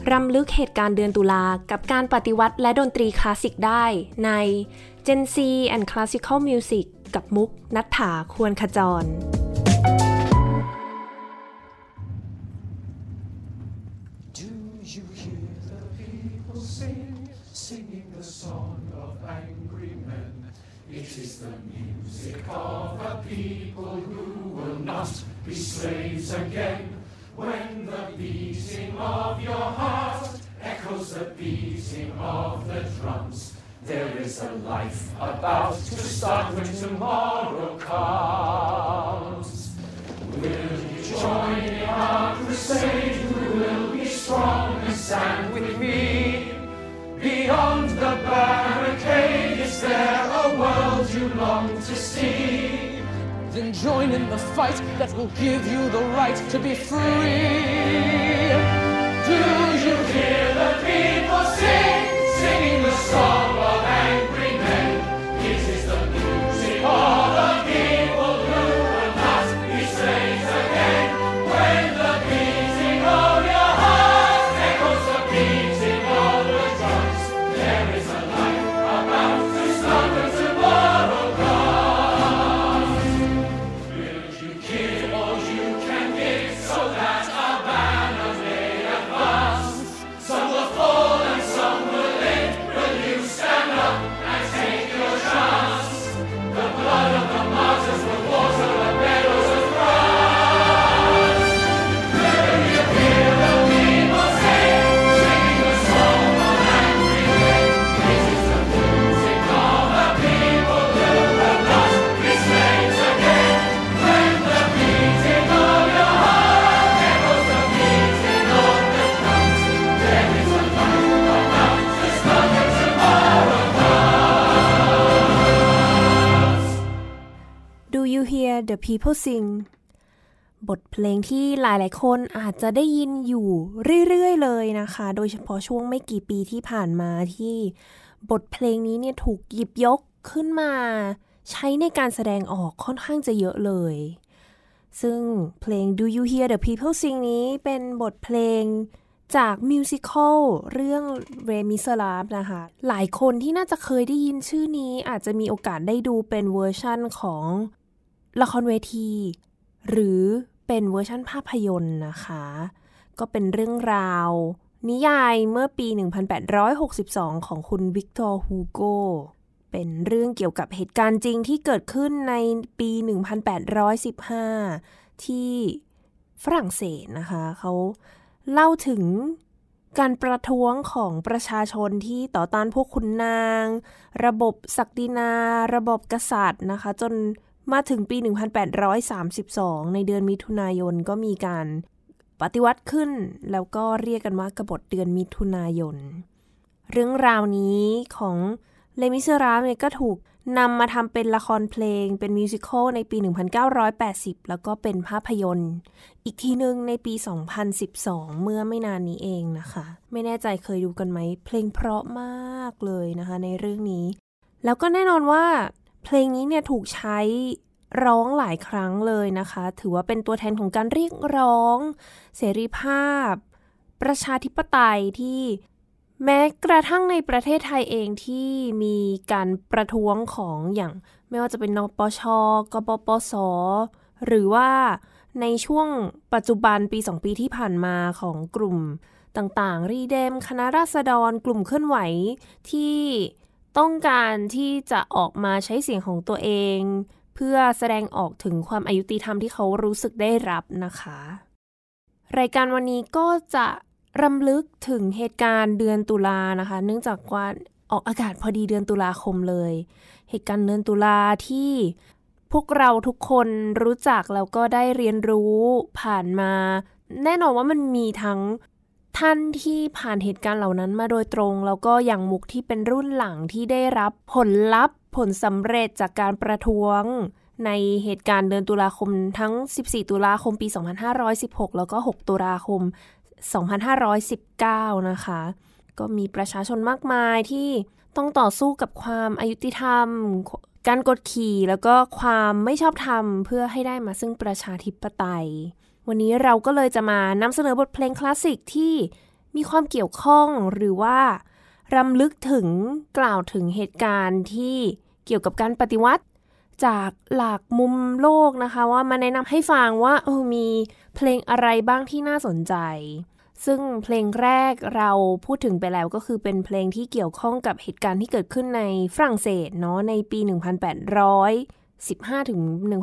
รำลึกเหตุการณ์เดือนตุลากับการปฏิวัติและดนตรีคลาสสิกได้ใน Gen Z and Classical Music กับมุกณัฐฐา ควรขจร It is the music of a people who will not be slaves again. When the beating of your heart echoes the beating of the drums, there is a life about to start when tomorrow comes. Will you join in our crusade? Who will be strong and stand with me? Beyond the barricade, is there a world you long to see? Then join in the fight that will give you the right to be free. Do you hear the people sing, singing the song of angry men? It is the music of a people who will not be slaves again. When the beating of your heart echoes the beating of the drums, there is a life about to start when tomorrow comes. Will you give all you can give so that our banner may advance? Some will fall and some will live. Will you stand up and take your chance? The blood of the martyrs will water the meadows of France. Will you hear the people sing, singing the song of angry men? It is the music of a people who will not be slaves again. When the beating of your heart echoes the beating of the drums, there is a life about to start when tomorrow comes. Do you hear the people sing บทเพลงที่หลายๆคนอาจจะได้ยินอยู่เรื่อยๆเลยนะคะโดยเฉพาะช่วงไม่กี่ปีที่ผ่านมาที่บทเพลงนี้เนี่ยถูกหยิบยกขึ้นมาใช้ในการแสดงออกค่อนข้างจะเยอะเลยซึ่งเพลง Do you hear the people sing นี้เป็นบทเพลงจากมิวสิคอลเรื่อง Les Miserables นะคะหลายคนที่น่าจะเคยได้ยินชื่อนี้อาจจะมีโอกาสได้ดูเป็นเวอร์ชั่นของละครเวทีหรือเป็นเวอร์ชั่นภาพยนตร์นะคะก็เป็นเรื่องราวนิยายเมื่อปี 1862 ของคุณวิกตอร์ ฮูโกเป็นเรื่องเกี่ยวกับเหตุการณ์จริงที่เกิดขึ้นในปี 1815 ที่ฝรั่งเศสนะคะเขาเล่าถึงการประท้วงของประชาชนที่ต่อต้านพวกขุนนางระบบศักดินาระบบกษัตริย์นะคะจนมาถึงปี 1832 ในเดือนมิถุนายนก็มีการปฏิวัติขึ้นแล้วก็เรียกกันว่ากบฏเดือนมิถุนายนเรื่องราวนี้ของLes Miserablesเนี่ยก็ถูกนำมาทำเป็นละครเพลงเป็นมิวสิคัลในปี 1980 แล้วก็เป็นภาพยนตร์อีกทีนึงในปี 2012 เมื่อไม่นานนี้เองนะคะไม่แน่ใจเคยดูกันไหมเพลงเพราะมากเลยนะคะในเรื่องนี้แล้วก็แน่นอนว่าเพลงนี้เนี่ยถูกใช้ร้องหลายครั้งเลยนะคะถือว่าเป็นตัวแทนของการเรียกร้องเสรีภาพประชาธิปไตยที่แม้กระทั่งในประเทศไทยเองที่มีการประท้วงของอย่างไม่ว่าจะเป็นนปช.กปปส.หรือว่าในช่วงปัจจุบันปี2ปีที่ผ่านมาของกลุ่มต่างๆรีเดมคณะราษฎรกลุ่มเคลื่อนไหวที่ต้องการที่จะออกมาใช้เสียงของตัวเองเพื่อแสดงออกถึงความอายุติธรรมที่เขารู้สึกได้รับนะคะรายการวันนี้ก็จะรำลึกถึงเหตุการณ์เดือนตุลานะคะเนื่องจากว่าออกอากาศพอดีเดือนตุลาคมเลยเหตุการณ์เดือนตุลาที่พวกเราทุกคนรู้จักแล้วก็ได้เรียนรู้ผ่านมาแน่นอนว่ามันมีทั้งท่านที่ผ่านเหตุการณ์เหล่านั้นมาโดยตรงแล้วก็อย่างมุกที่เป็นรุ่นหลังที่ได้รับผลลัพธ์ผลสำเร็จจากการประท้วงในเหตุการณ์เดือนตุลาคมทั้ง14ตุลาคมปี2516แล้วก็6ตุลาคม2519นะคะก็มีประชาชนมากมายที่ต้องต่อสู้กับความอายุติธรรมการกดขี่แล้วก็ความไม่ชอบธรรมเพื่อให้ได้มาซึ่งประชาธิปไตยวันนี้เราก็เลยจะมานำเสนอบทเพลงคลาสสิกที่มีความเกี่ยวข้องหรือว่ารำลึกถึงกล่าวถึงเหตุการณ์ที่เกี่ยวกับการปฏิวัติจากหลากมุมโลกนะคะว่ามาแนะนำให้ฟังว่ามีเพลงอะไรบ้างที่น่าสนใจซึ่งเพลงแรกเราพูดถึงไปแล้วก็คือเป็นเพลงที่เกี่ยวข้องกับเหตุการณ์ที่เกิดขึ้นในฝรั่งเศสเนาะในปี 1815 ถึง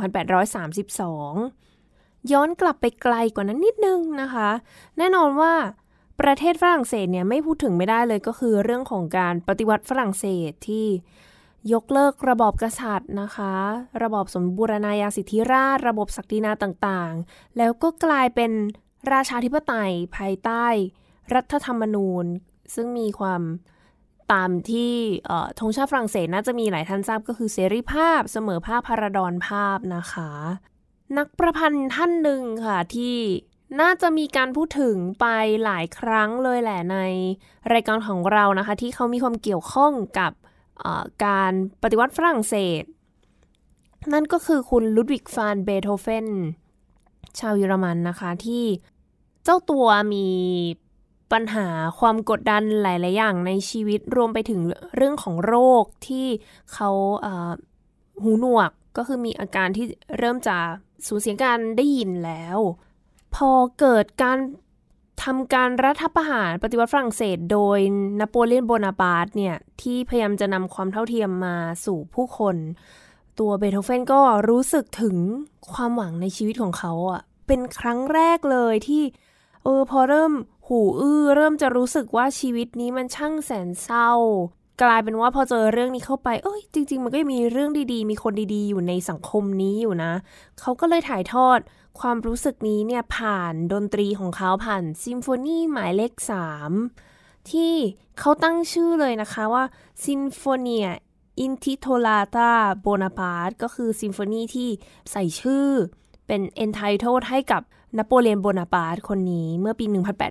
1832 ย้อนกลับไปไกลกว่านั้นนิดนึงนะคะแน่นอนว่าประเทศฝรั่งเศสเนี่ยไม่พูดถึงไม่ได้เลยก็คือเรื่องของการปฏิวัติฝรั่งเศสที่ยกเลิกระบอบกษัตริย์นะคะระบอบสมบูรณาญาสิทธิราชย์ระบบศักดินาต่างๆแล้วก็กลายเป็นราชาธิปไตยภายใต้รัฐธรรมนูญซึ่งมีความตามที่ธงชาติฝรั่งเศสน่าจะมีหลายท่านทราบก็คือเสรีภาพเสมอภาคพราดรภาพนะคะนักประพันธ์ท่านหนึ่งค่ะที่น่าจะมีการพูดถึงไปหลายครั้งเลยแหละในรายการของเรานะคะที่เขามีความเกี่ยวข้องกับการปฏิวัติฝรั่งเศสนั่นก็คือคุณลุดวิกฟานเบโธเฟนชาวเยอรมันนะคะที่เจ้าตัวมีปัญหาความกดดันหลายๆอย่างในชีวิตรวมไปถึงเรื่องของโรคที่เขาหูหนวกก็คือมีอาการที่เริ่มจะสูญเสียการได้ยินแล้วพอเกิดการทำการรัฐประหารปฏิวัติฝรั่งเศสโดยนโปเลียนโบนาปาร์ตเนี่ยที่พยายามจะนำความเท่าเทียมมาสู่ผู้คนตัวเบโธเฟนก็รู้สึกถึงความหวังในชีวิตของเขาเป็นครั้งแรกเลยที่พอเริ่มหูเริ่มจะรู้สึกว่าชีวิตนี้มันช่างแสนเศร้ากลายเป็นว่าพอเจอเรื่องนี้เข้าไปจริงๆมันก็มีเรื่องดีๆมีคนดีๆอยู่ในสังคมนี้อยู่นะเขาก็เลยถ่ายทอดความรู้สึกนี้เนี่ยผ่านดนตรีของเขาผ่านซิมโฟนีหมายเลข3ที่เขาตั้งชื่อเลยนะคะว่าซิมโฟเนียอินทิโทลาตาโบนาปาร์ตก็คือซิมโฟนีที่ใส่ชื่อเป็น entitled ให้กับนโปเลียนโบนาปาร์ตคนนี้เมื่อปี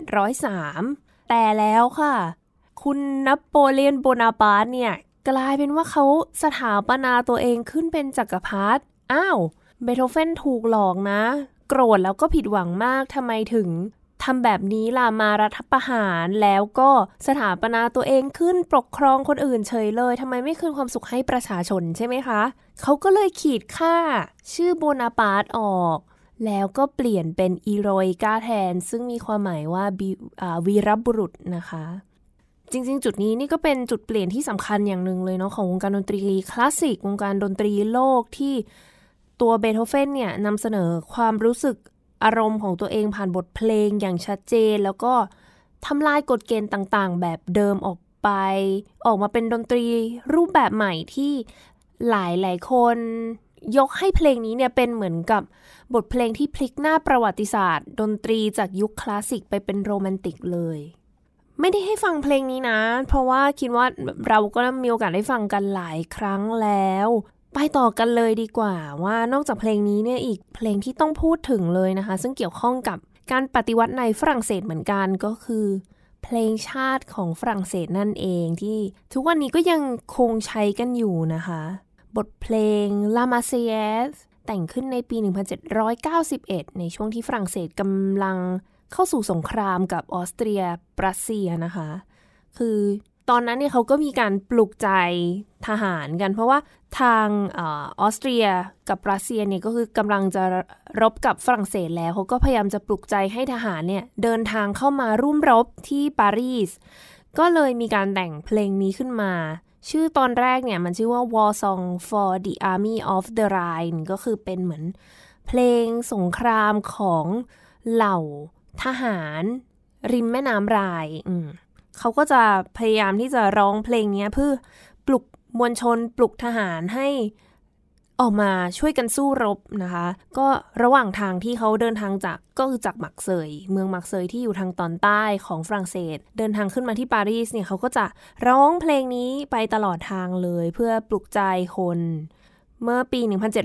1803 แต่แล้วค่ะคุณนโปเลียนโบนาปาร์ตเนี่ยกลายเป็นว่าเขาสถาปนาตัวเองขึ้นเป็นจักรพรรดิเบโธเฟนถูกหลอกนะโกรธแล้วก็ผิดหวังมากทำไมถึงทำแบบนี้ล่ะมารัฐประหารแล้วก็สถาปนาตัวเองขึ้นปกครองคนอื่นเฉยเลยทำไมไม่คืนความสุขให้ประชาชนใช่ไหมคะเขาก็เลยขีดค่าชื่อโบนาปาร์ตออกแล้วก็เปลี่ยนเป็นอีโรอิกาแทนซึ่งมีความหมายว่าวีรบุรุษนะคะจริงๆจุดนี้นี่ก็เป็นจุดเปลี่ยนที่สำคัญอย่างหนึ่งเลยเนาะของวงการดนตรีคลาสสิกวงการดนตรีโลกที่ตัวเบโธเฟนเนี่ยนำเสนอความรู้สึกอารมณ์ของตัวเองผ่านบทเพลงอย่างชัดเจนแล้วก็ทำลายกฎเกณฑ์ต่างๆแบบเดิมออกไปออกมาเป็นดนตรีรูปแบบใหม่ที่หลายๆคนยกให้เพลงนี้เนี่ยเป็นเหมือนกับบทเพลงที่พลิกหน้าประวัติศาสตร์ดนตรีจากยุคคลาสสิกไปเป็นโรแมนติกเลยไม่ได้ให้ฟังเพลงนี้นะเพราะว่าคิดว่าเราก็มีโอกาสได้ฟังกันหลายครั้งแล้วไปต่อกันเลยดีกว่าว่านอกจากเพลงนี้เนี่ยอีกเพลงที่ต้องพูดถึงเลยนะคะซึ่งเกี่ยวข้องกับการปฏิวัติในฝรั่งเศสเหมือนกันก็คือเพลงชาติของฝรั่งเศสนั่นเองที่ทุกวันนี้ก็ยังคงใช้กันอยู่นะคะบทเพลง La Marseillaise แต่งขึ้นในปี 1791 ในช่วงที่ฝรั่งเศสกำลังเข้าสู่สงครามกับออสเตรียปรัสเซียนะคะคือตอนนั้นเนี่ยเขาก็มีการปลุกใจทหารกันเพราะว่าทางออสเตรียกับรัสเซียเนี่ยก็คือกำลังจะรบกับฝรั่งเศสแล้วเขาก็พยายามจะปลุกใจให้ทหารเนี่ยเดินทางเข้ามาร่วมรบที่ปารีสก็เลยมีการแต่งเพลงนี้ขึ้นมาชื่อตอนแรกเนี่ยมันชื่อว่า War Song for the Army of the Rhine ก็คือเป็นเหมือนเพลงสงครามของเหล่าทหารริมแม่น้ำไรน์เขาก็จะพยายามที่จะร้องเพลงนี้เพื่อปลุกมวลชนปลุกทหารให้ออกมาช่วยกันสู้รบนะคะก็ระหว่างทางที่เขาเดินทางก็คือจากมักเซยเมืองมักเซยที่อยู่ทางตอนใต้ของฝรั่งเศสเดินทางขึ้นมาที่ปารีสเนี่ยเขาก็จะร้องเพลงนี้ไปตลอดทางเลยเพื่อปลุกใจคนเมื่อปี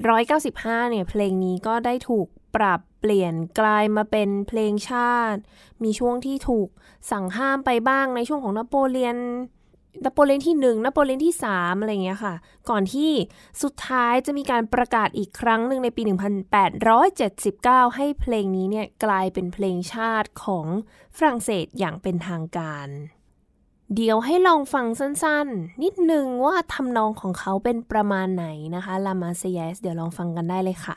1795 เนี่ยเพลงนี้ก็ได้ถูกปรับเปลี่ยนกลายมาเป็นเพลงชาติมีช่วงที่ถูกสั่งห้ามไปบ้างในช่วงของนโปเลียนนโปเลียนที่1นโปเลียนที่3อะไรอย่างเงี้ยค่ะก่อนที่สุดท้ายจะมีการประกาศอีกครั้งหนึ่งในปี1879ให้เพลงนี้เนี่ยกลายเป็นเพลงชาติของฝรั่งเศสอย่างเป็นทางการเดี๋ยวให้ลองฟังสั้นๆนิดนึงว่าทำนองของเขาเป็นประมาณไหนนะคะ La Marseillaise เดี๋ยวลองฟังกันได้เลยค่ะ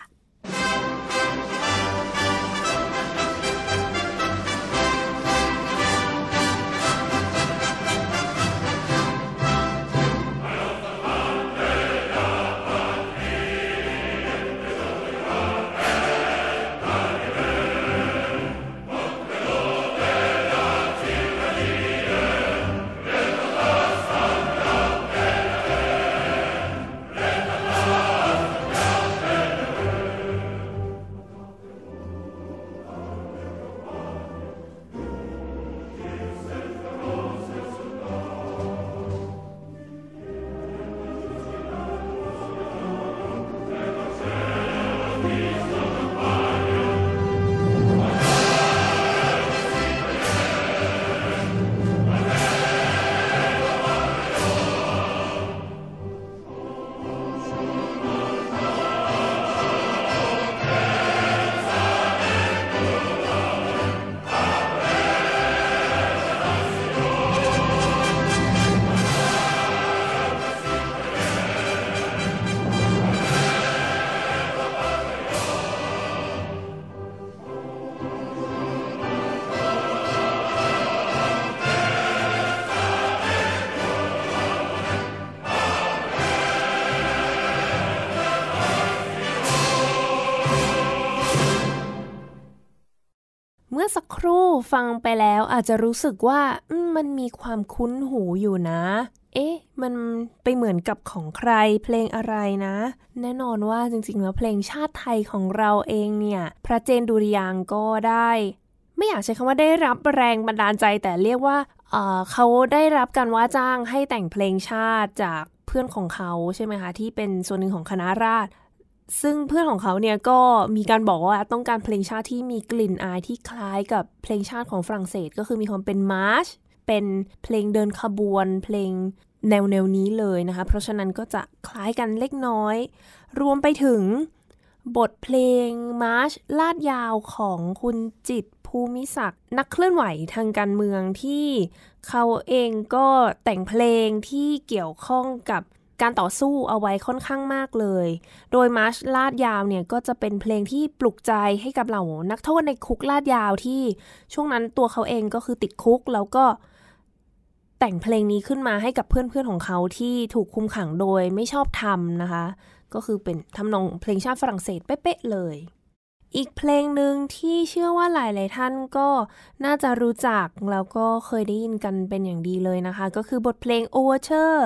สักครู่ฟังไปแล้วอาจจะรู้สึกว่ามันมีความคุ้นหูอยู่นะมันไปเหมือนกับของใครเพลงอะไรนะแน่นอนว่าจริงๆแล้วเพลงชาติไทยของเราเองเนี่ยพระเจนดุริยางค์ก็ได้ไม่อยากใช้คำว่าได้รับแรงบันดาลใจแต่เรียกว่าเขาได้รับการว่าจ้างให้แต่งเพลงชาติจากเพื่อนของเขาใช่ไหมคะที่เป็นส่วนหนึ่งของคณะราษฎรซึ่งเพื่อนของเขาเนี่ยก็มีการบอกว่าต้องการเพลงชาติที่มีกลิ่นอายที่คล้ายกับเพลงชาติของฝรั่งเศสก็คือมีความเป็นมาร์ชเป็นเพลงเดินขบวนเพลงแนวนี้เลยนะคะเพราะฉะนั้นก็จะคล้ายกันเล็กน้อยรวมไปถึงบทเพลงมาร์ชลาดยาวของคุณจิตรภูมิศักดิ์นักเคลื่อนไหวทางการเมืองที่เขาเองก็แต่งเพลงที่เกี่ยวข้องกับการต่อสู้เอาไว้ค่อนข้างมากเลยโดยมาร์ชลาดยาวเนี่ยก็จะเป็นเพลงที่ปลุกใจให้กับเหล่านักโทษในคุกลาดยาวที่ช่วงนั้นตัวเขาเองก็คือติดคุกแล้วก็แต่งเพลงนี้ขึ้นมาให้กับเพื่อนๆของเขาที่ถูกคุมขังโดยไม่ชอบธรรมนะคะก็คือเป็นทำนองเพลงชาติฝรั่งเศสเป๊ะๆเลยอีกเพลงหนึ่งที่เชื่อว่าหลายๆท่านก็น่าจะรู้จักแล้วก็เคยได้ยินกันเป็นอย่างดีเลยนะคะก็คือบทเพลง Overture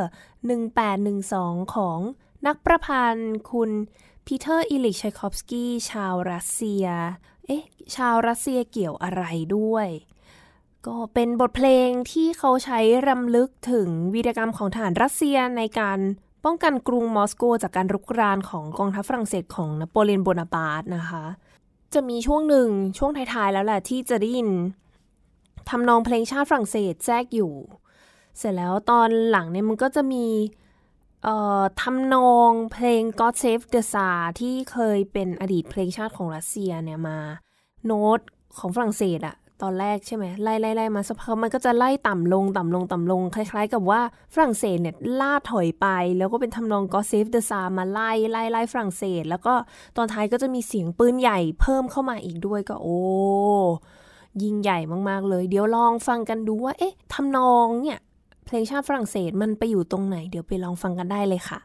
1812 ของนักประพันธ์คุณปีเตอร์อิลิช ชัยคอฟสกี้ชาวรัสเซียชาวรัสเซียเกี่ยวอะไรด้วยก็เป็นบทเพลงที่เขาใช้รำลึกถึงวีรกรรมของทหารรัสเซียในการป้องกันกรุงมอสโกจากการรุกรานของกองทัพฝรั่งเศสของนโปเลียนโบนาปาร์ตนะคะจะมีช่วงหนึ่งช่วงท้ายๆแล้วแหละที่จะได้ยินทำนองเพลงชาติฝรั่งเศสแทรกอยู่เสร็จแล้วตอนหลังเนี่ยมันก็จะมีทำนองเพลง God Save the Tsar ที่เคยเป็นอดีตเพลงชาติของรัสเซียเนี่ยมาโน้ตของฝรั่งเศสอะตอนแรกใช่ไหมไล่มาสักพักมันก็จะไล่ต่ำลงคล้ายๆกับว่าฝรั่งเศสเนี่ยล่าถอยไปแล้วก็เป็นทำนอง God Save the Tsar มาไล่ฝรั่งเศสแล้วก็ตอนท้ายก็จะมีเสียงปืนใหญ่เพิ่มเข้ามาอีกด้วยก็ยิ่งใหญ่มากๆเลยเดี๋ยวลองฟังกันดูว่าทำนองเนี่ยเพลงชาติฝรั่งเศสมันไปอยู่ตรงไหนเดี๋ยวไปลองฟังกันได้เลยค่ะ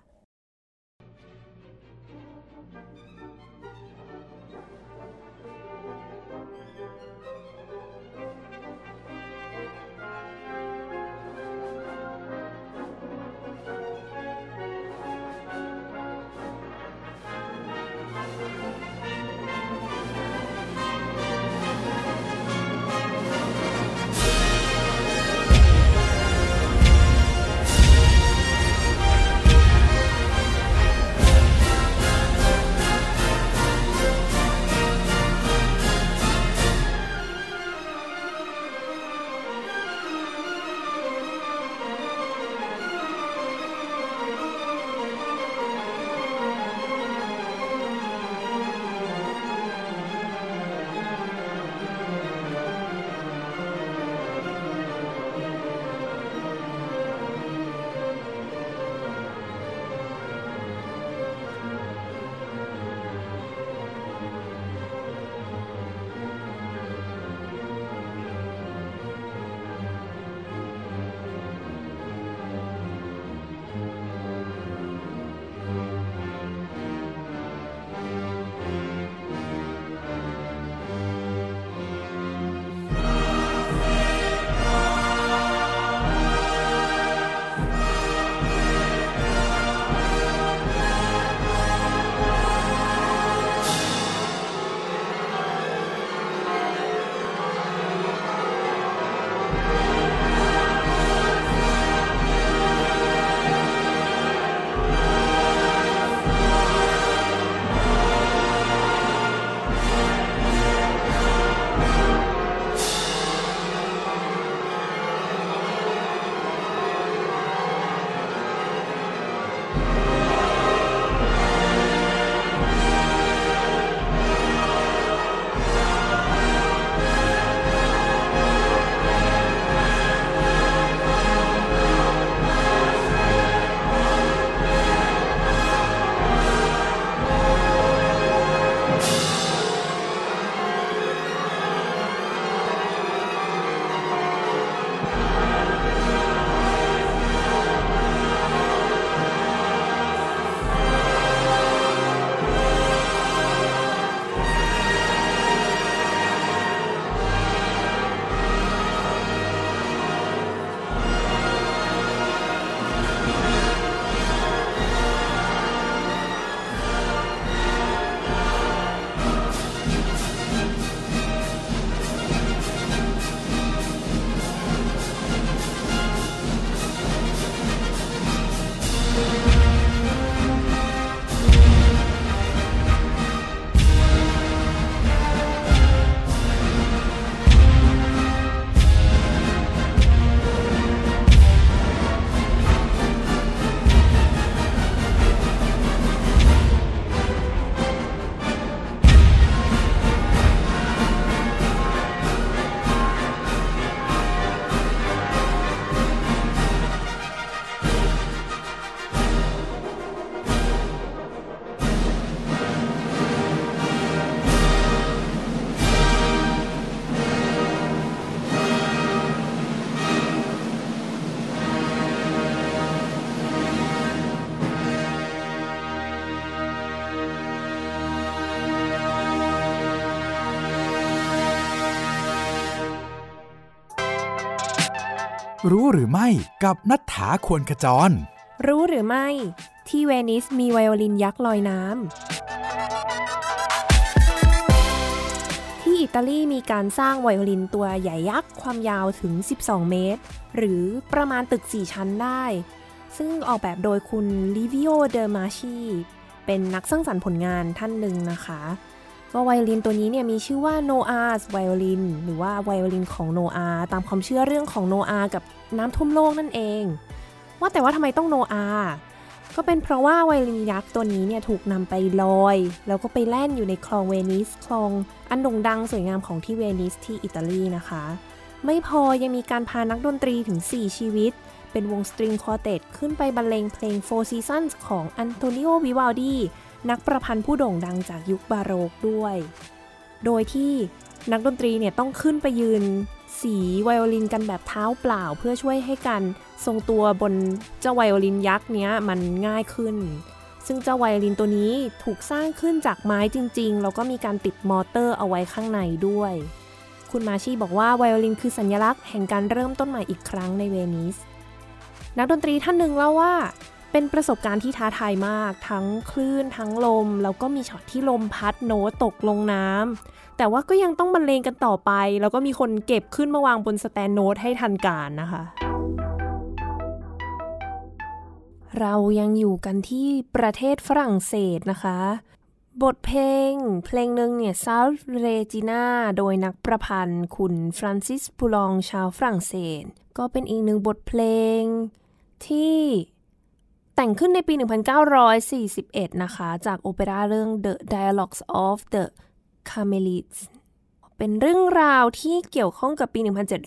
รู้หรือไม่กับณัฐฐา ควรขจรรู้หรือไม่ที่เวนิสมีไวโอลินยักษ์ลอยน้ำที่อิตาลีมีการสร้างไวโอลินตัวใหญ่ยักษ์ความยาวถึง12เมตรหรือประมาณตึก4ชั้นได้ซึ่งออกแบบโดยคุณลิวิโอเดอมาชีเป็นนักสร้างสรรค์ผลงานท่านหนึ่งนะคะก็ไวโอลินตัวนี้เนี่ยมีชื่อว่าโนอาห์ไวโอลินหรือว่าไวโอลินของโนอาห์ตามความเชื่อเรื่องของโนอาห์กับน้ำท่วมโลกนั่นเองว่าแต่ว่าทำไมต้องโนอาห์ก็เป็นเพราะว่าไวโอลินยักษ์ตัวนี้เนี่ยถูกนำไปลอยแล้วก็ไปแล่นอยู่ในคลองเวนิสคลองอันโด่งดังสวยงามของที่เวนิสที่อิตาลีนะคะไม่พอยังมีการพานักดนตรีถึง4ชีวิตเป็นวงสตริงควอเต็ตขึ้นไปบรรเลงเพลง Four Seasons ของอันโตนิโอ วิวาลดีนักประพันธ์ผู้โด่งดังจากยุคบาโรกด้วยโดยที่นักดนตรีเนี่ยต้องขึ้นไปยืนสีไวโอลินกันแบบเท้าเปล่าเพื่อช่วยให้การทรงตัวบนเจ้าไวโอลินยักษ์เนี้ยมันง่ายขึ้นซึ่งเจ้าไวโอลินตัวนี้ถูกสร้างขึ้นจากไม้จริงๆแล้วก็มีการติดมอเตอร์เอาไว้ข้างในด้วยคุณมาชีบอกว่าไวโอลินคือสัญลักษณ์แห่งการเริ่มต้นใหม่อีกครั้งในเวนิสนักดนตรีท่านหนึ่งเล่าว่าเป็นประสบการณ์ที่ท้าทายมากทั้งคลื่นทั้งลมแล้วก็มีช็อตที่ลมพัดโน้ตตกลงน้ำแต่ว่าก็ยังต้องบรรเลงกันต่อไปแล้วก็มีคนเก็บขึ้นมาวางบนสแตนโน้ตให้ทันการนะคะเรายังอยู่กันที่ประเทศฝรั่งเศสนะคะบทเพลงหนึ่งเนี่ย Salve Regina โดยนักประพันธ์คุณฟรานซิสปูลองชาวฝรั่งเศสก็เป็นอีกหนึ่งบทเพลงที่แต่งขึ้นในปี 1941 นะคะจากโอเปร่าเรื่อง The Dialogues of the Carmelites เป็นเรื่องราวที่เกี่ยวข้องกับปี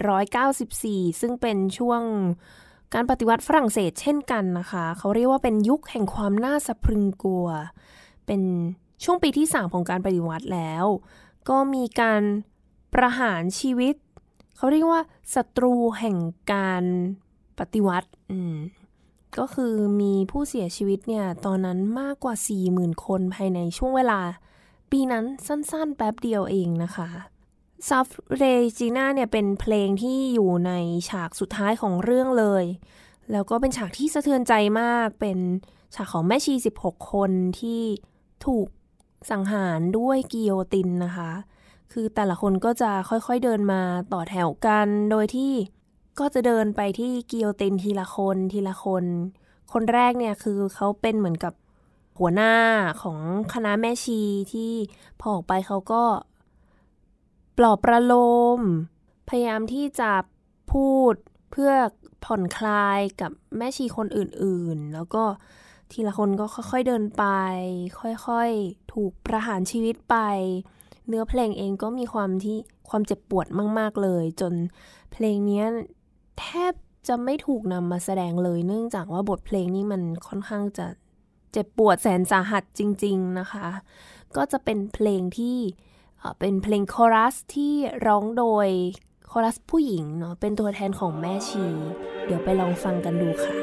1794 ซึ่งเป็นช่วงการปฏิวัติฝรั่งเศสเช่นกันนะคะเขาเรียกว่าเป็นยุคแห่งความน่าสะพรึงกลัวเป็นช่วงปีที่ 3 ของการปฏิวัติแล้วก็มีการประหารชีวิตเขาเรียกว่าศัตรูแห่งการปฏิวัติก็คือมีผู้เสียชีวิตเนี่ยตอนนั้นมากกว่า 40,000 คนภายในช่วงเวลาปีนั้นสั้นๆแป๊บเดียวเองนะคะซัฟเรจิน่าเนี่ยเป็นเพลงที่อยู่ในฉากสุดท้ายของเรื่องเลยแล้วก็เป็นฉากที่สะเทือนใจมากเป็นฉากของแม่ชี16คนที่ถูกสังหารด้วยกิโยตินนะคะคือแต่ละคนก็จะค่อยๆเดินมาต่อแถวกันโดยที่ก็จะเดินไปที่กิโยตินทีละคนคนแรกเนี่ยคือเขาเป็นเหมือนกับหัวหน้าของคณะแม่ชีที่พอออกไปเขาก็ปลอบประโลมพยายามที่จะพูดเพื่อผ่อนคลายกับแม่ชีคนอื่นๆแล้วก็ทีละคนก็ค่อยๆเดินไปค่อยๆถูกประหารชีวิตไปเนื้อเพลงเองก็มีความเจ็บปวดมากๆเลยจนเพลงนี้แทบจะไม่ถูกนำมาแสดงเลยเนื่องจากว่าบทเพลงนี้มันค่อนข้างจะเจ็บปวดแสนสาหัสจริงๆนะคะก็จะเป็นเพลงที่เป็นเพลงคอรัสที่ร้องโดยคอรัสผู้หญิงเนาะเป็นตัวแทนของแม่ชีเดี๋ยวไปลองฟังกันดูค่ะ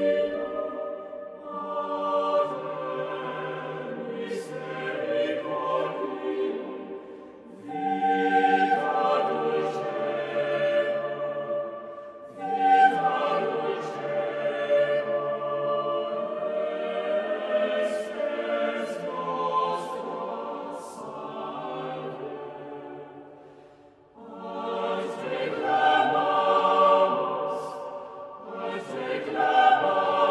Reclamamus,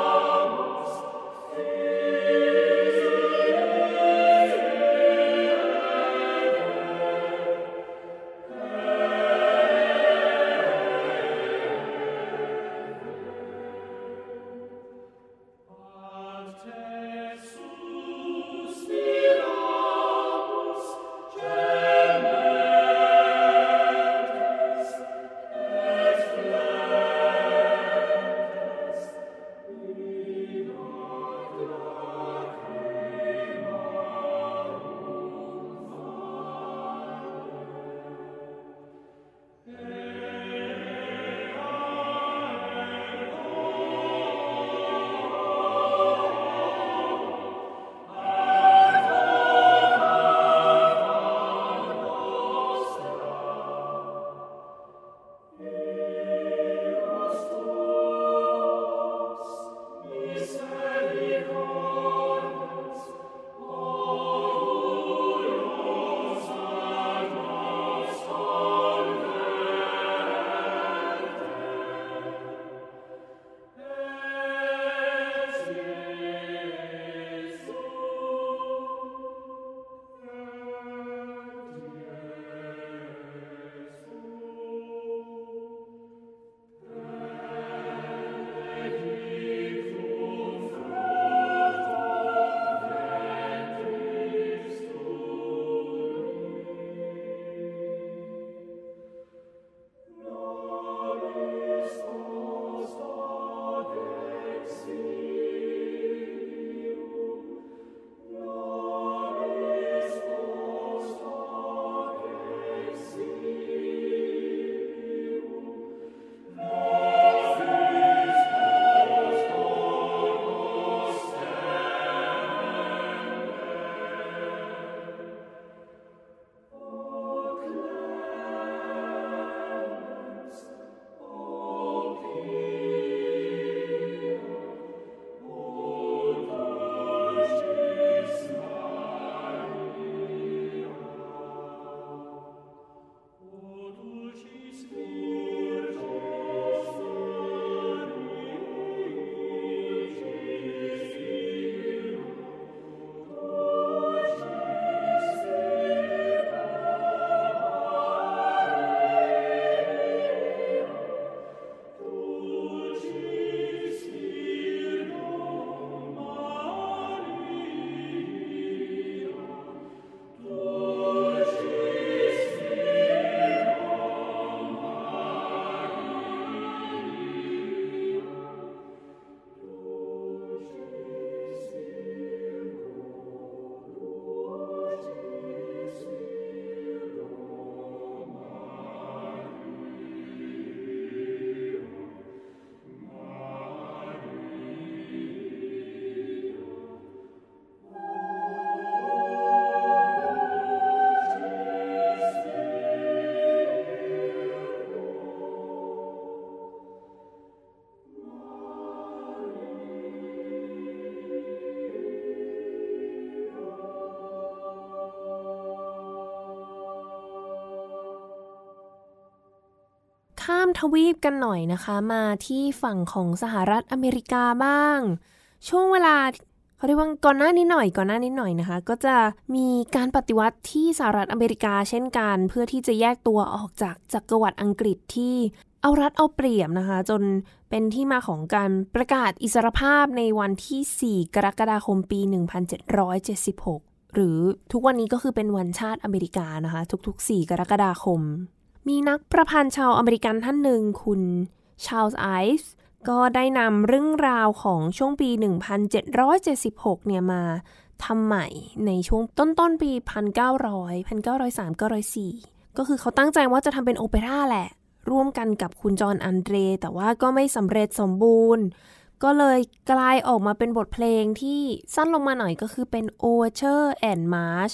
ข้ามทวีปกันหน่อยนะคะมาที่ฝั่งของสหรัฐอเมริกาบ้างช่วงเวลาเขาเรียกว่าก่อนหน้านี้หน่อยนะคะก็จะมีการปฏิวัติที่สหรัฐอเมริกาเช่นกันเพื่อที่จะแยกตัวออกจากจักรวรรดิอังกฤษที่เอารัดเอาเปรียบนะคะจนเป็นที่มาของการประกาศอิสรภาพในวันที่4กรกฎาคมปี1776หรือทุกวันนี้ก็คือเป็นวันชาติอเมริกานะคะทุกๆ4กรกฎาคมมีนักประพันธ์ชาวอเมริกันท่านหนึ่งคุณชาร์ลส์ไอฟ์ก็ได้นำเรื่องราวของช่วงปี1776เนี่ยมาทำใหม่ในช่วงต้นปี1903 1904ก็คือเขาตั้งใจว่าจะทำเป็นโอเปร่าแหละร่วมกันกับคุณจอห์นอันเดรแต่ว่าก็ไม่สำเร็จสมบูรณ์ก็เลยกลายออกมาเป็นบทเพลงที่สั้นลงมาหน่อยก็คือเป็น Overture and March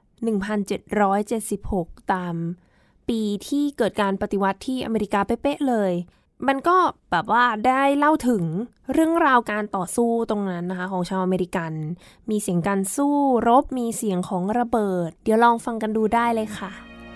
1776 ตามปีที่เกิดการปฏิวัติที่อเมริกาเป๊ะๆเลยมันก็แบบว่าได้เล่าถึงเรื่องราวการต่อสู้ตรงนั้นนะคะของชาวอเมริกันมีเสียงการสู้รบมีเสียงของระเบิดเดี๋ยวลองฟังกันดูได้เลยค่ะ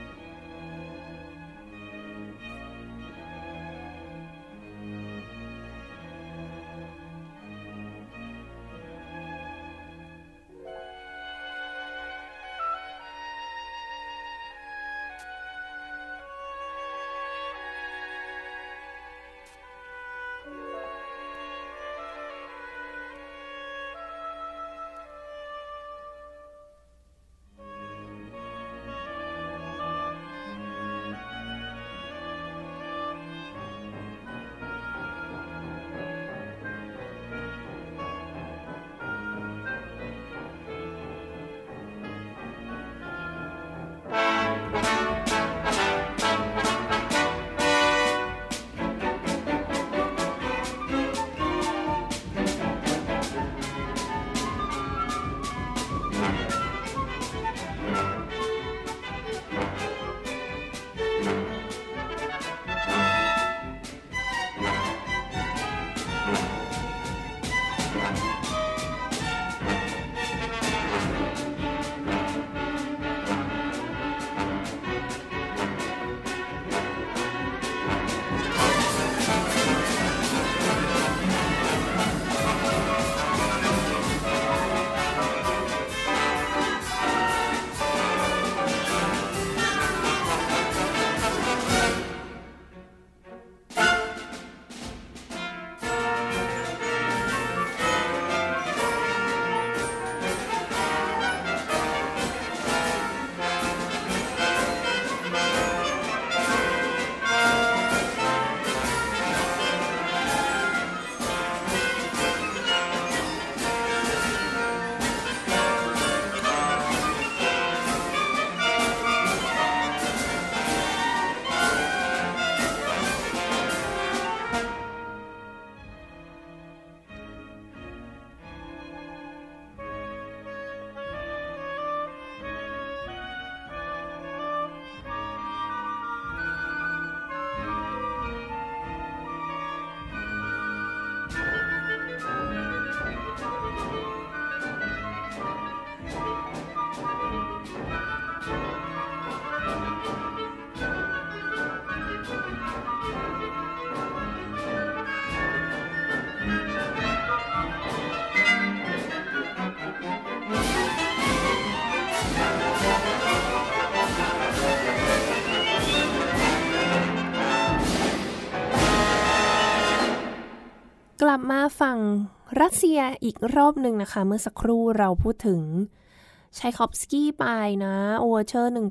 กลับมาฝั่งรัสเซียอีกรอบหนึ่งนะคะเมื่อสักครู่เราพูดถึงชัยคอฟสกี้ไปนะโอเวอร์เชอร์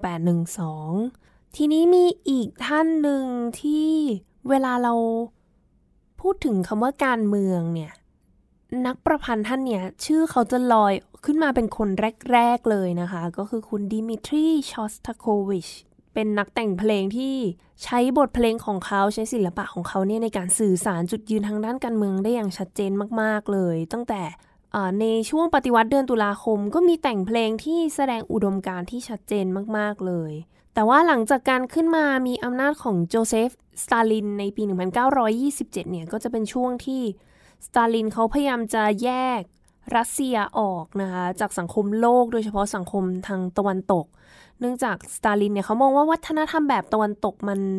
1812ทีนี้มีอีกท่านหนึ่งที่เวลาเราพูดถึงคำว่าการเมืองเนี่ยนักประพันธ์ท่านเนี่ยชื่อเขาจะลอยขึ้นมาเป็นคนแรกๆเลยนะคะก็คือคุณดิมิทรีชอสตาโควิชเป็นนักแต่งเพลงที่ใช้บทเพลงของเขาใช้ศิลปะของเขาเนี่ยในการสื่อสารจุดยืนทางด้านการเมืองได้อย่างชัดเจนมากๆเลยตั้งแต่ในช่วงปฏิวัติเดือนตุลาคมก็มีแต่งเพลงที่แสดงอุดมการณ์ที่ชัดเจนมากๆเลยแต่ว่าหลังจากการขึ้นมามีอำนาจของโจเซฟสตาลินในปี1927เนี่ยก็จะเป็นช่วงที่สตาลินเขาพยายามจะแยกรัสเซียออกนะคะจากสังคมโลกโดยเฉพาะสังคมทางตะวันตกเนื่องจากสตาลินเนี่ยเขามองว่าวัฒนธรรมแบบตะวันตก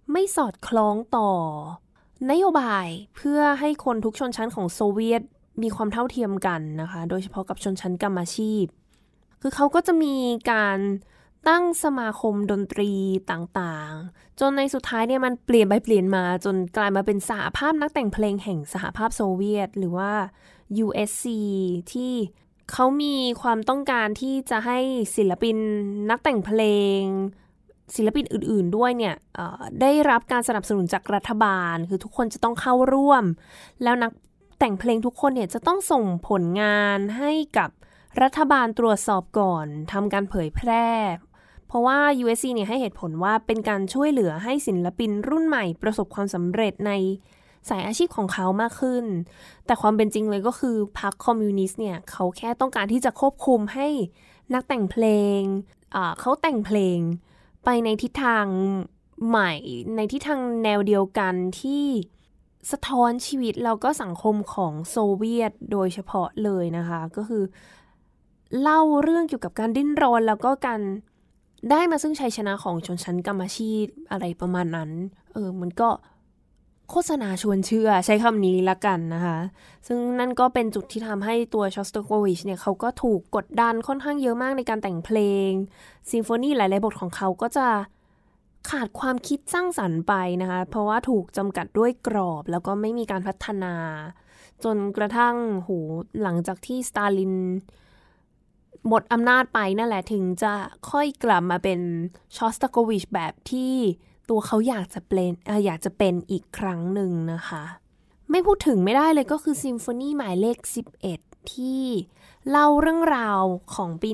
ไม่สอดคล้องต่อนโยบายเพื่อให้คนทุกชนชั้นของโซเวียตมีความเท่าเทียมกันนะคะโดยเฉพาะกับชนชั้นกรรมาชีพคือเขาก็จะมีการตั้งสมาคมดนตรีต่างๆจนในสุดท้ายเนี่ยมันเปลี่ยนไปเปลี่ยนมาจนกลายมาเป็นสหภาพนักแต่งเพลงแห่งสหภาพโซเวียตหรือว่า USC ที่เขามีความต้องการที่จะให้ศิลปินนักแต่งเพลงศิลปินอื่นๆด้วยเนี่ยได้รับการสนับสนุนจากรัฐบาลคือทุกคนจะต้องเข้าร่วมแล้วนักแต่งเพลงทุกคนเนี่ยจะต้องส่งผลงานให้กับรัฐบาลตรวจสอบก่อนทำการเผยแพร่เพราะว่า USC เนี่ยให้เหตุผลว่าเป็นการช่วยเหลือให้ศิลปินรุ่นใหม่ประสบความสำเร็จในสายอาชีพของเขามากขึ้นแต่ความเป็นจริงเลยก็คือพรรคคอมมิวนิสต์เนี่ยเขาแค่ต้องการที่จะควบคุมให้นักแต่งเพลงเขาแต่งเพลงไปในทิศทางใหม่ในทิศทางแนวเดียวกันที่สะท้อนชีวิตแล้วก็สังคมของโซเวียตโดยเฉพาะเลยนะคะก็คือเล่าเรื่องเกี่ยวกับการดิ้นรนแล้วก็การได้มาซึ่งชัยชนะของชนชั้นกรรมาชีพอะไรประมาณนั้นมันก็โฆษณาชวนเชื่อใช้คำนี้ละกันนะคะซึ่งนั่นก็เป็นจุดที่ทำให้ตัวชอสตาโควิชเนี่ยเขาก็ถูกกดดันค่อนข้างเยอะมากในการแต่งเพลงซิมโฟนีหลายๆบทของเขาก็จะขาดความคิดสร้างสรรค์ไปนะคะเพราะว่าถูกจำกัดด้วยกรอบแล้วก็ไม่มีการพัฒนาจนกระทั่งหลังจากที่สตาลินหมดอำนาจไปนั่นแหละถึงจะค่อยกลับมาเป็นชอสตาโควิชแบบที่ตัวเขาอยากจะเป็นอีกครั้งหนึ่งนะคะไม่พูดถึงไม่ได้เลยก็คือซิมโฟนีหมายเลข11ที่เล่าเรื่องราวของปี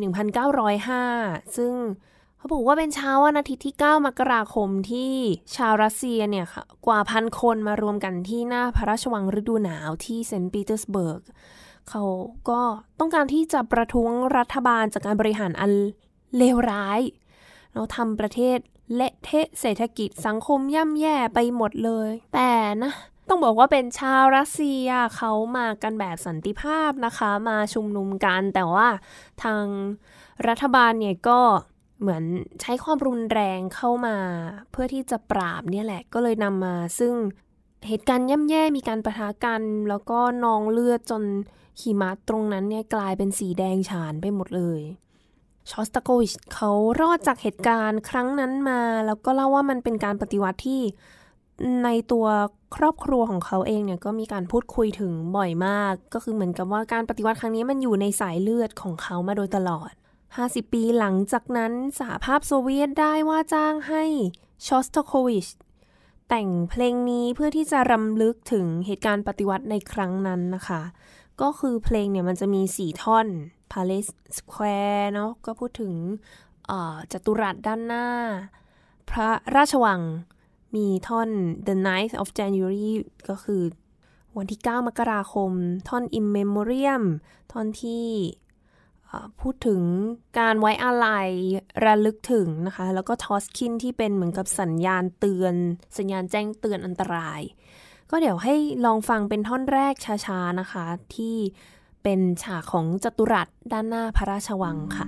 1905ซึ่งเขาบอกว่าเป็นเช้าวันอาทิตย์ที่9มกราคมที่ชาวรัสเซียเนี่ยค่ะกว่า 1,000 คนมารวมกันที่หน้าพระราชวังฤดูหนาวที่เซนต์ปีเตอร์สเบิร์กเขาก็ต้องการที่จะประท้วงรัฐบาลจากการบริหารอันเลวร้ายแล้วทำประเทศเละเทะเศรษฐกิจสังคมย่ำแย่ไปหมดเลยแต่นะต้องบอกว่าเป็นชาวรัสเซียเขามากันแบบสันติภาพนะคะมาชุมนุมกันแต่ว่าทางรัฐบาลเนี่ยก็เหมือนใช้ความรุนแรงเข้ามาเพื่อที่จะปราบเนี่ยแหละก็เลยนำมาซึ่งเหตุการณ์ย่ำแย่มีการปะทะกันแล้วก็นองเลือดจนหิมะตรงนั้นเนี่ยกลายเป็นสีแดงฉานไปหมดเลยชอสตาโควิชเขารอดจากเหตุการณ์ครั้งนั้นมาแล้วก็เล่าว่ามันเป็นการปฏิวัติที่ในตัวครอบครัวของเขาเองเนี่ยก็มีการพูดคุยถึงบ่อยมากก็คือเหมือนกับว่าการปฏิวัติครั้งนี้มันอยู่ในสายเลือดของเขามาโดยตลอด50 ปีหลังจากนั้นสหภาพโซเวียตได้ว่าจ้างให้ชอสตาโควิชแต่งเพลงนี้เพื่อที่จะรำลึกถึงเหตุการณ์ปฏิวัติในครั้งนั้นนะคะก็คือเพลงเนี่ยมันจะมี4ท่อน Palace Square เนาะก็พูดถึงจัตุรัสด้านหน้าพระราชวังมีท่อน The 9th of January ก็คือวันที่9มกราคมท่อน In Memoriam ท่อนที่พูดถึงการไว้อาลัยระลึกถึงนะคะแล้วก็ทอสคินที่เป็นเหมือนกับสัญญาณแจ้งเตือนอันตรายก็เดี๋ยวให้ลองฟังเป็นท่อนแรกช้าๆนะคะที่เป็นฉากของจัตุรัสด้านหน้าพระราชวังค่ะ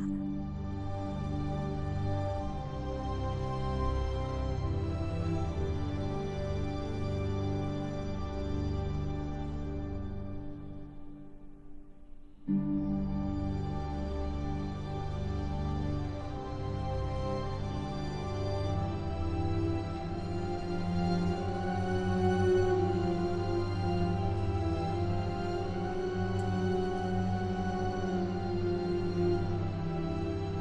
The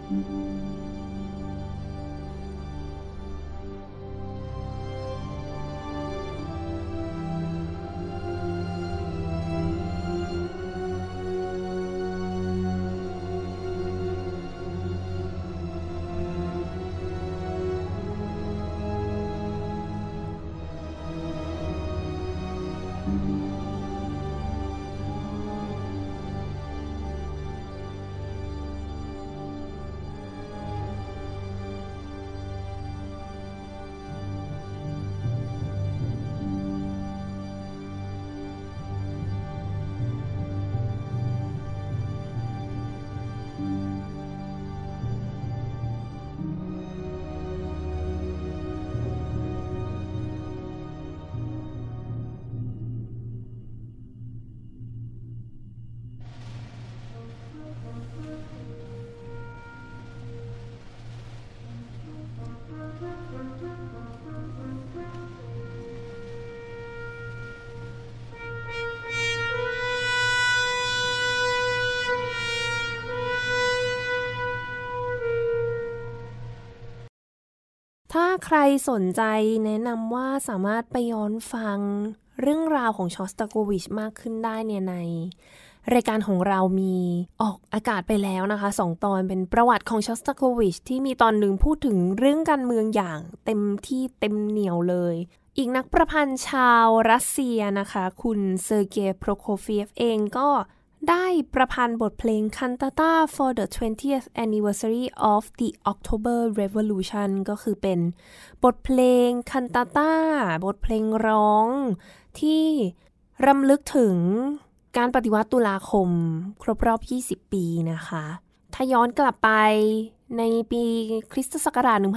ถ้าใครสนใจแนะนำว่าสามารถไปย้อนฟังเรื่องราวของชอสตาโกวิชมากขึ้นได้เนี่ยในรายการของเรามีออกอากาศไปแล้วนะคะ2 ตอนเป็นประวัติของชอสตาโกวิชที่มีตอนหนึ่งพูดถึงเรื่องการเมืองอย่างเต็มที่เต็มเหนียวเลยอีกนักประพันธ์ชาวรัสเซียนะคะคุณเซอร์เกย์โพรโคเฟียฟเองก็ได้ประพันธ์บทเพลง Cantata for the 20th Anniversary of the October Revolution ก็คือเป็นบทเพลง Cantata บทเพลงร้องที่รำลึกถึงการปฏิวัติตุลาคมครบรอบ20 ปีนะคะถ้าย้อนกลับไปในปีคริสตศักราช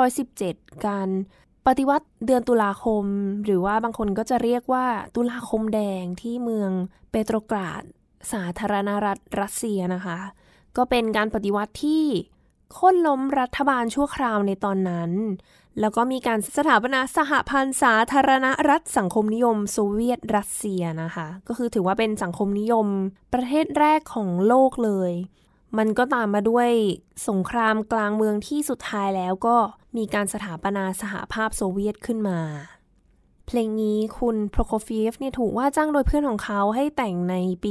1917 การปฏิวัติเดือนตุลาคมหรือว่าบางคนก็จะเรียกว่าตุลาคมแดงที่เมืองเปโตรกราดสาธารณรัฐรัสเซียนะคะก็เป็นการปฏิวัติที่โค่นล้มรัฐบาลชั่วคราวในตอนนั้นแล้วก็มีการสถาปนาสหพันธ์สาธารณรัฐสังคมนิยมโซเวียตรัสเซียนะคะก็คือถือว่าเป็นสังคมนิยมประเทศแรกของโลกเลยมันก็ตามมาด้วยสงครามกลางเมืองที่สุดท้ายแล้วก็มีการสถาปนาสหภาพโซเวียตขึ้นมาเพลงนี้คุณโพรโคเฟียฟเนี่ยถูกว่าจ้างโดยเพื่อนของเขาให้แต่งในปี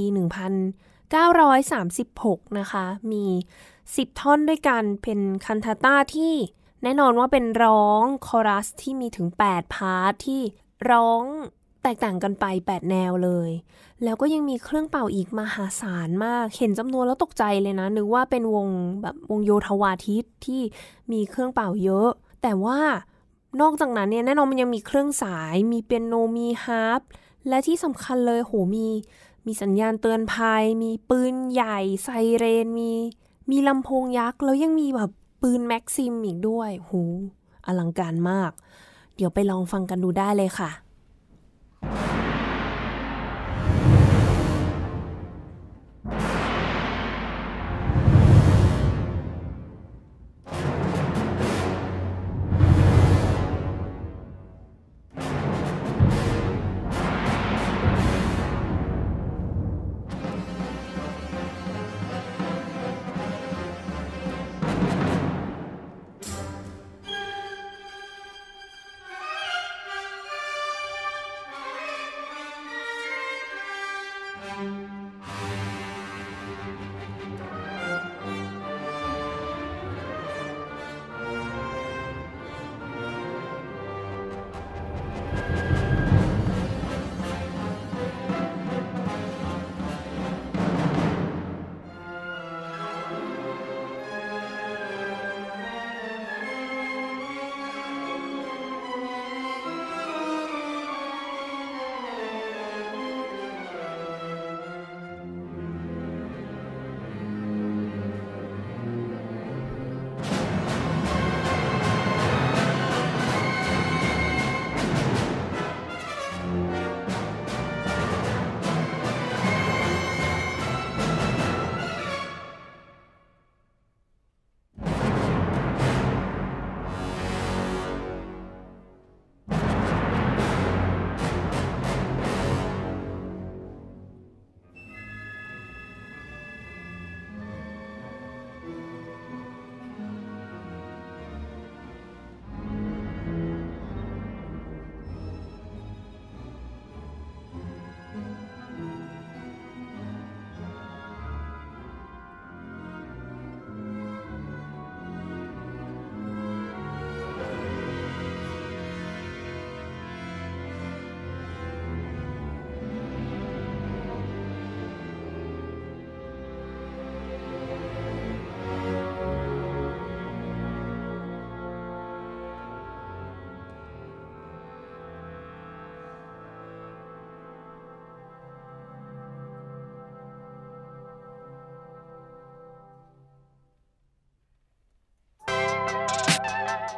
1936 นะคะมี10 ท่อนด้วยกันเป็นคันทาต้าที่แน่นอนว่าเป็นร้องคอรัสที่มีถึง8 พาร์ทที่ร้องแตกต่างกันไป8 แนวเลยแล้วก็ยังมีเครื่องเป่าอีกมหาศาลมากเห็นจำนวนแล้วตกใจเลยนะนึกว่าเป็นวงแบบวงโยธวาทิตที่มีเครื่องเป่าเยอะแต่ว่านอกจากนั้นเนี่ยแน่นอนมันยังมีเครื่องสายมีเปียโนมีฮาร์ปและที่สำคัญเลยโหมีสัญญาณเตือนภัยมีปืนใหญ่ไซเรนมีลำโพงยักษ์แล้วยังมีแบบปืนแม็กซิมอีกด้วยโหอลังการมากเดี๋ยวไปลองฟังกันดูได้เลยค่ะ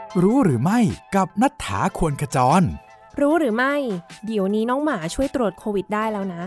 รู้หรือไม่กับณัฐฐา ควรขจรรู้หรือไม่เดี๋ยวนี้น้องหมาช่วยตรวจโควิดได้แล้วนะ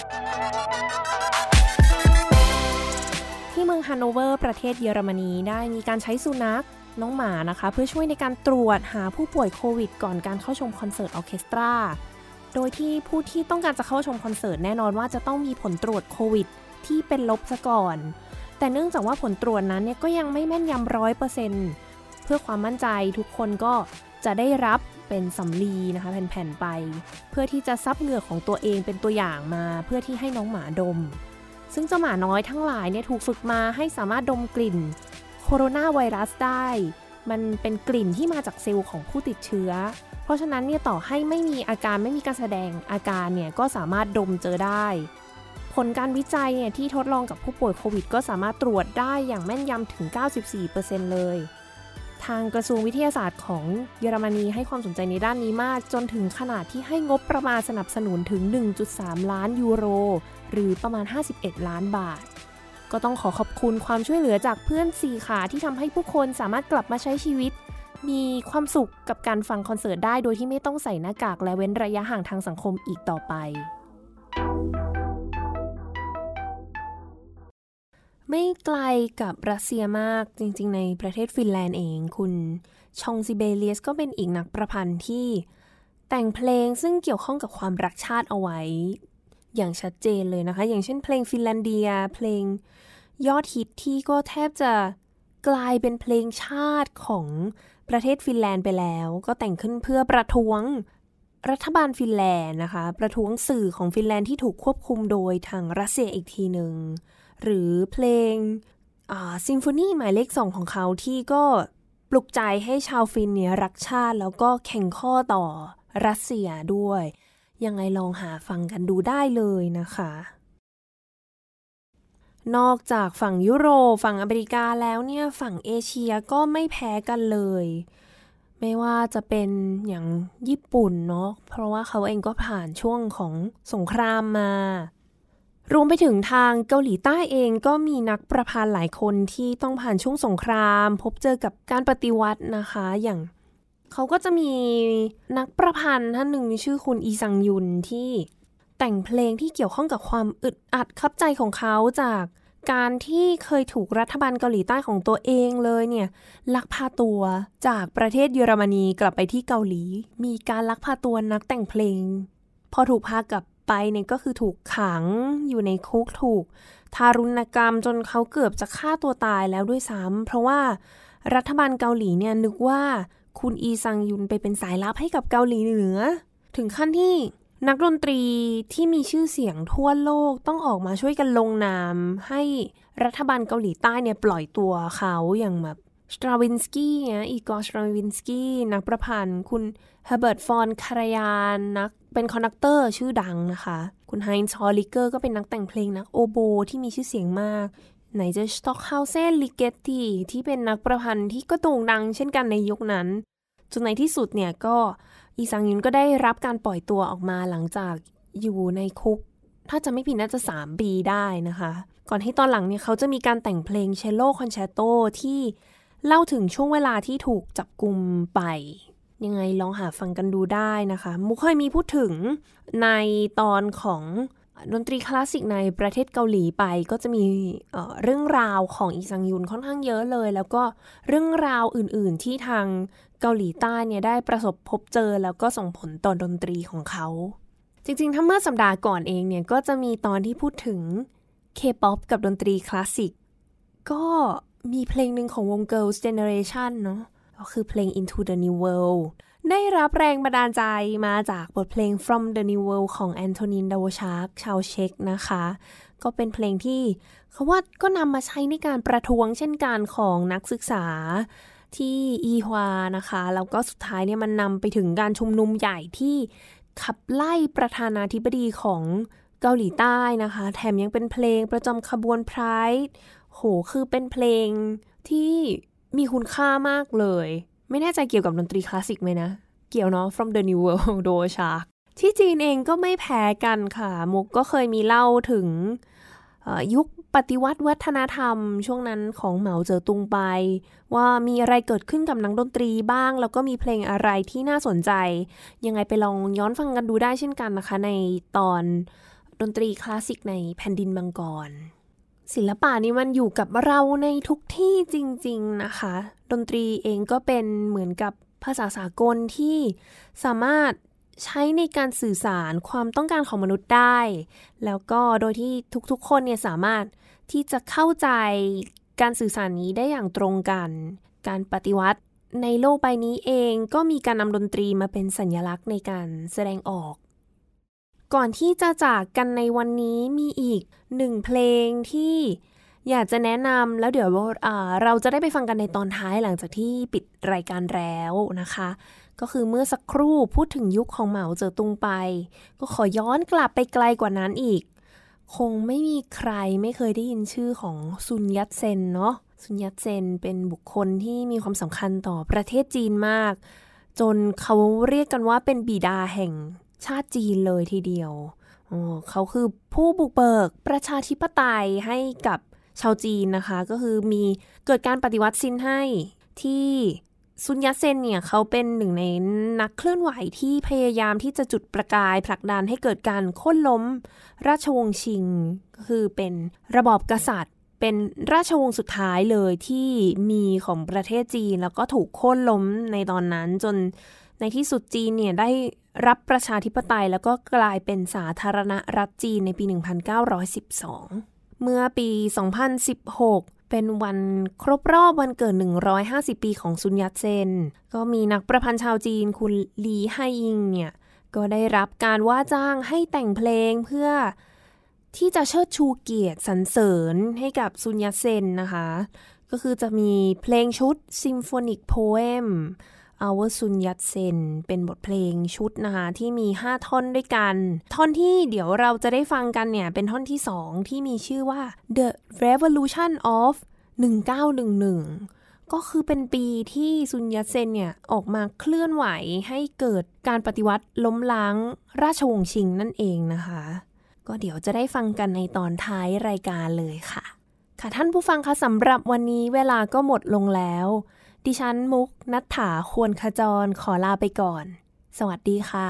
ที่เมืองฮันโนเวอร์ประเทศเยอรมนีได้มีการใช้สุนัขน้องหมานะคะเพื่อช่วยในการตรวจหาผู้ป่วยโควิดก่อนการเข้าชมคอนเสิร์ตออร์เคสตราโดยที่ผู้ที่ต้องการจะเข้าชมคอนเสิร์ตแน่นอนว่าจะต้องมีผลตรวจโควิดที่เป็นลบซะก่อนแต่เนื่องจากว่าผลตรวจนั้นเนี่ยก็ยังไม่แม่นยำ 100% เพื่อความมั่นใจทุกคนก็จะได้รับเป็นสำลีนะคะแผ่นๆไปเพื่อที่จะซับเหงื่อของตัวเองเป็นตัวอย่างมาเพื่อที่ให้น้องหมาดมซึ่งเจ้าหมาน้อยทั้งหลายเนี่ยถูกฝึกมาให้สามารถดมกลิ่นโคโรนาไวรัสได้มันเป็นกลิ่นที่มาจากเซลล์ของผู้ติดเชื้อเพราะฉะนั้นเนี่ยต่อให้ไม่มีอาการไม่มีการแสดงอาการเนี่ยก็สามารถดมเจอได้ผลการวิจัยเนี่ยที่ทดลองกับผู้ป่วยโควิดก็สามารถตรวจได้อย่างแม่นยำถึง 94% เลยทางกระทรวงวิทยาศาสตร์ของเยอรมนีให้ความสนใจในด้านนี้มากจนถึงขนาดที่ให้งบประมาณสนับสนุนถึง 1.3 ล้านยูโรหรือประมาณ51ล้านบาทก็ต้องขอบคุณความช่วยเหลือจากเพื่อน4ขาที่ทำให้ผู้คนสามารถกลับมาใช้ชีวิตมีความสุขกับการฟังคอนเสิร์ตได้โดยที่ไม่ต้องใส่หน้ากากและเว้นระยะห่างทางสังคมอีกต่อไปไม่ไกลกับรัสเซียมากจริงๆในประเทศฟินแลนด์เองคุณชองซิเบเลียสก็เป็นอีกนักประพันธ์ที่แต่งเพลงซึ่งเกี่ยวข้องกับความรักชาติเอาไว้อย่างชัดเจนเลยนะคะอย่างเช่นเพลงฟินแลนเดียเพลงยอดฮิตที่ก็แทบจะกลายเป็นเพลงชาติของประเทศฟินแลนด์ไปแล้วก็แต่งขึ้นเพื่อประท้วงรัฐบาลฟินแลนด์นะคะประท้วงสื่อของฟินแลนด์ที่ถูกควบคุมโดยทางรัสเซียอีกทีนึงหรือเพลงซิมโฟนีหมายเลข2ของเขาที่ก็ปลุกใจให้ชาวฟินเนี่ยรักชาติแล้วก็แข่งข้อต่อรัสเซียด้วยยังไงลองหาฟังกันดูได้เลยนะคะนอกจากฝั่งยุโรปฝั่งอเมริกาแล้วเนี่ยฝั่งเอเชียก็ไม่แพ้กันเลยไม่ว่าจะเป็นอย่างญี่ปุ่นเนาะเพราะว่าเขาเองก็ผ่านช่วงของสงครามมารวมไปถึงทางเกาหลีใต้เองก็มีนักประพันธ์หลายคนที่ต้องผ่านช่วงสงครามพบเจอกับการปฏิวัตินะคะอย่างเขาก็จะมีนักประพันธ์ท่านหนึ่งชื่อคุณอีซังยุนที่แต่งเพลงที่เกี่ยวข้องกับความอึดอัดคับใจของเขาจากการที่เคยถูกรัฐบาลเกาหลีใต้ของตัวเองเลยเนี่ยลักพาตัวจากประเทศเยอรมนีกลับไปที่เกาหลีมีการลักพาตัวนักแต่งเพลงพอถูกพากลับไปเนี่ยก็คือถูกขังอยู่ในคุกถูกทารุณกรรมจนเขาเกือบจะฆ่าตัวตายแล้วด้วยซ้ำเพราะว่ารัฐบาลเกาหลีเนี่ยนึกว่าคุณอีซังยุนไปเป็นสายลับให้กับเกาหลีเหนือถึงขั้นที่นักดนตรีที่มีชื่อเสียงทั่วโลกต้องออกมาช่วยกันลงนามให้รัฐบาลเกาหลีใต้เนี่ยปล่อยตัวเขาอย่างแบบสตราวินสกี้อีกอร์สตราวินสกี้นักประพันธ์คุณเฮเบิร์ตฟอนคารายานนักเป็นคอนดักเตอร์ชื่อดังนะคะคุณไฮน์ชอลิเกอร์ก็เป็นนักแต่งเพลงนักโอโบที่มีชื่อเสียงมากไหนจะสต็อกเฮาเซนลิเกตตี้ที่เป็นนักประพันธ์ที่ก็โด่งดังเช่นกันในยุคนั้นจนในที่สุดเนี่ยก็อีซังยุนก็ได้รับการปล่อยตัวออกมาหลังจากอยู่ในคุกถ้าจะไม่ผิดน่าจะ3 ปีได้นะคะก่อนที่ตอนหลังเนี่ยเขาจะมีการแต่งเพลงเชลโลคอนแชร์โตที่เล่าถึงช่วงเวลาที่ถูกจับกุมไปยังไงลองหาฟังกันดูได้นะคะมุกเคยมีพูดถึงในตอนของดนตรีคลาสสิกในประเทศเกาหลีไปก็จะมีเรื่องราวของอีซังยุนค่อนข้างเยอะเลยแล้วก็เรื่องราวอื่นๆที่ทางเกาหลีใต้เนี่ยได้ประสบพบเจอแล้วก็ส่งผลต่อดนตรีของเขาจริงๆถ้าเมื่อสัปดาห์ก่อนเองเนี่ยก็จะมีตอนที่พูดถึง K-POP กับดนตรีคลาสสิกก็มีเพลงหนึ่งของวง Girls' Generation เนาะก็คือเพลง Into the New World ได้รับแรงบันดาลใจมาจากบทเพลง From the New World ของ Antonin Dvořák ชาวเช็กนะคะก็เป็นเพลงที่เขาว่าก็นำมาใช้ในการประท้วงเช่นกันของนักศึกษาที่อีฮวานะคะแล้วก็สุดท้ายเนี่ยมันนำไปถึงการชุมนุมใหญ่ที่ขับไล่ประธานาธิบดีของเกาหลีใต้นะคะแถมยังเป็นเพลงประจำขบวนไพร์โหคือเป็นเพลงที่มีคุณค่ามากเลยไม่แน่ใจเกี่ยวกับดนตรีคลาสสิกไหมนะเกี่ยวเนาะ From the New World โดชาที่จีนเองก็ไม่แพ้กันค่ะมุกก็เคยมีเล่าถึงยุคปฏิวัติวัฒนธรรมช่วงนั้นของเหมาเจ๋อตุงไปว่ามีอะไรเกิดขึ้นกับนักดนตรีบ้างแล้วก็มีเพลงอะไรที่น่าสนใจยังไงไปลองย้อนฟังกันดูได้เช่นกันนะคะในตอนดนตรีคลาสสิกในแผ่นดินมังกรศิลปะนี้มันอยู่กับเราในทุกที่จริงๆนะคะดนตรีเองก็เป็นเหมือนกับภาษาสากลที่สามารถใช้ในการสื่อสารความต้องการของมนุษย์ได้แล้วก็โดยที่ทุกๆคนเนี่ยสามารถที่จะเข้าใจการสื่อสารนี้ได้อย่างตรงกันการปฏิวัติในโลกใบนี้เองก็มีการนำดนตรีมาเป็นสัญลักษณ์ในการแสดงออกก่อนที่จะจากกันในวันนี้มีอีก1เพลงที่อยากจะแนะนำแล้วเดี๋ยวเราจะได้ไปฟังกันในตอนท้ายหลังจากที่ปิดรายการแล้วนะคะก็คือเมื่อสักครู่พูดถึงยุคของเหมาเจ๋อตุงไปก็ขอย้อนกลับไปไกลกว่านั้นอีกคงไม่มีใครไม่เคยได้ยินชื่อของซุนยัตเซนเนาะซุนยัตเซนเป็นบุคคลที่มีความสำคัญต่อประเทศจีนมากจนเขาเรียกกันว่าเป็นบิดาแห่งชาติจีนเลยทีเดียวเขาคือผู้บุกเบิกประชาธิปไตยให้กับชาวจีนนะคะก็คือมีเกิดการปฏิวัติซินให้ที่ซุนยัตเซนเนี่ยเขาเป็นหนึ่งในนักเคลื่อนไหวที่พยายามที่จะจุดประกายผลักดันให้เกิดการโค่นล้มราชวงศ์ชิงก็คือเป็นระบอบกษัตริย์เป็นราชวงศ์สุดท้ายเลยที่มีของประเทศจีนแล้วก็ถูกโค่นล้มในตอนนั้นจนในที่สุดจีนเนี่ยได้รับประชาธิปไตยแล้วก็กลายเป็นสาธารณรัฐจีนในปี 1912 เมื่อปี 2016 เป็นวันครบรอบวันเกิด150 ปีของซุนยัตเซนก็มีนักประพันธ์ชาวจีนคุณหลีไฮยิงเนี่ยก็ได้รับการว่าจ้างให้แต่งเพลงเพื่อที่จะเชิดชูเกียรติสรรเสริญให้กับซุนยัตเซนนะคะก็คือจะมีเพลงชุด Symphonic Poem Our Sun Yat-sen เป็นบทเพลงชุดนะคะที่มี5ท่อนด้วยกันท่อนที่เดี๋ยวเราจะได้ฟังกันเนี่ยเป็นท่อนที่2ที่มีชื่อว่า The Revolution of 1911 ก็คือเป็นปีที่ซุนยัตเซนเนี่ยออกมาเคลื่อนไหวให้เกิดการปฏิวัติล้มล้างราชวงศ์ชิงนั่นเองนะคะก็เดี๋ยวจะได้ฟังกันในตอนท้ายรายการเลยค่ะท่านผู้ฟังคะสำหรับวันนี้เวลาก็หมดลงแล้วดิฉันมุกณัฐฐาควรขจรขอลาไปก่อนสวัสดีค่ะ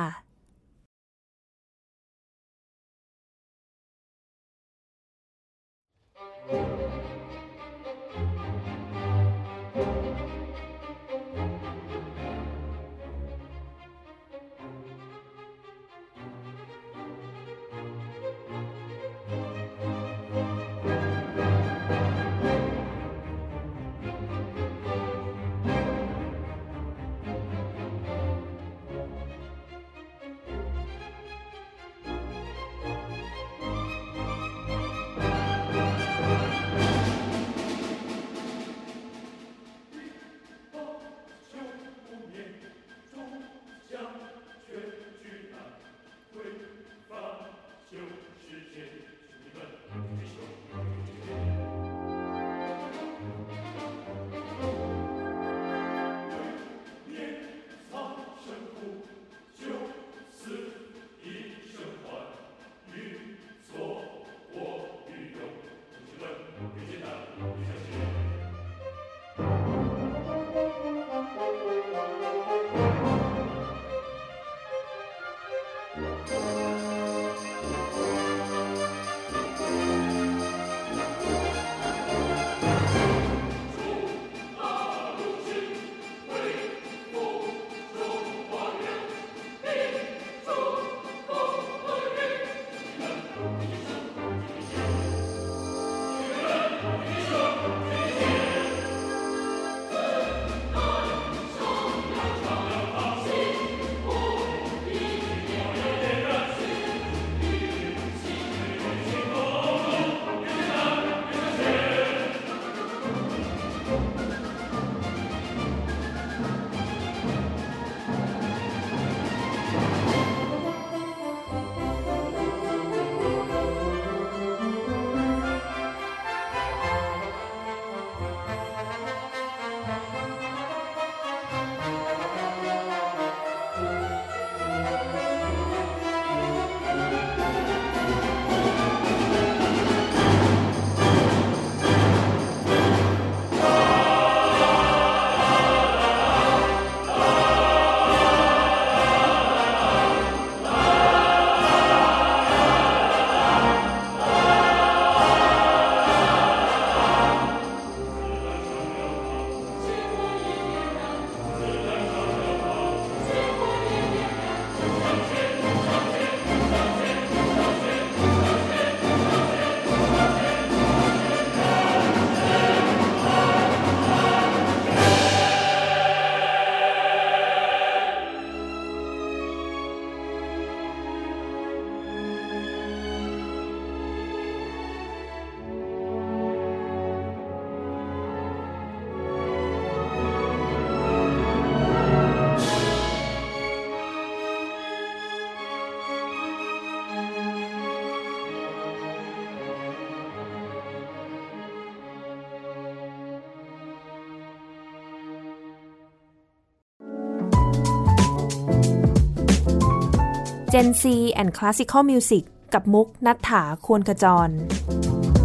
Gen Z and Classical Music กับมุกณัฐฐา ควรขจร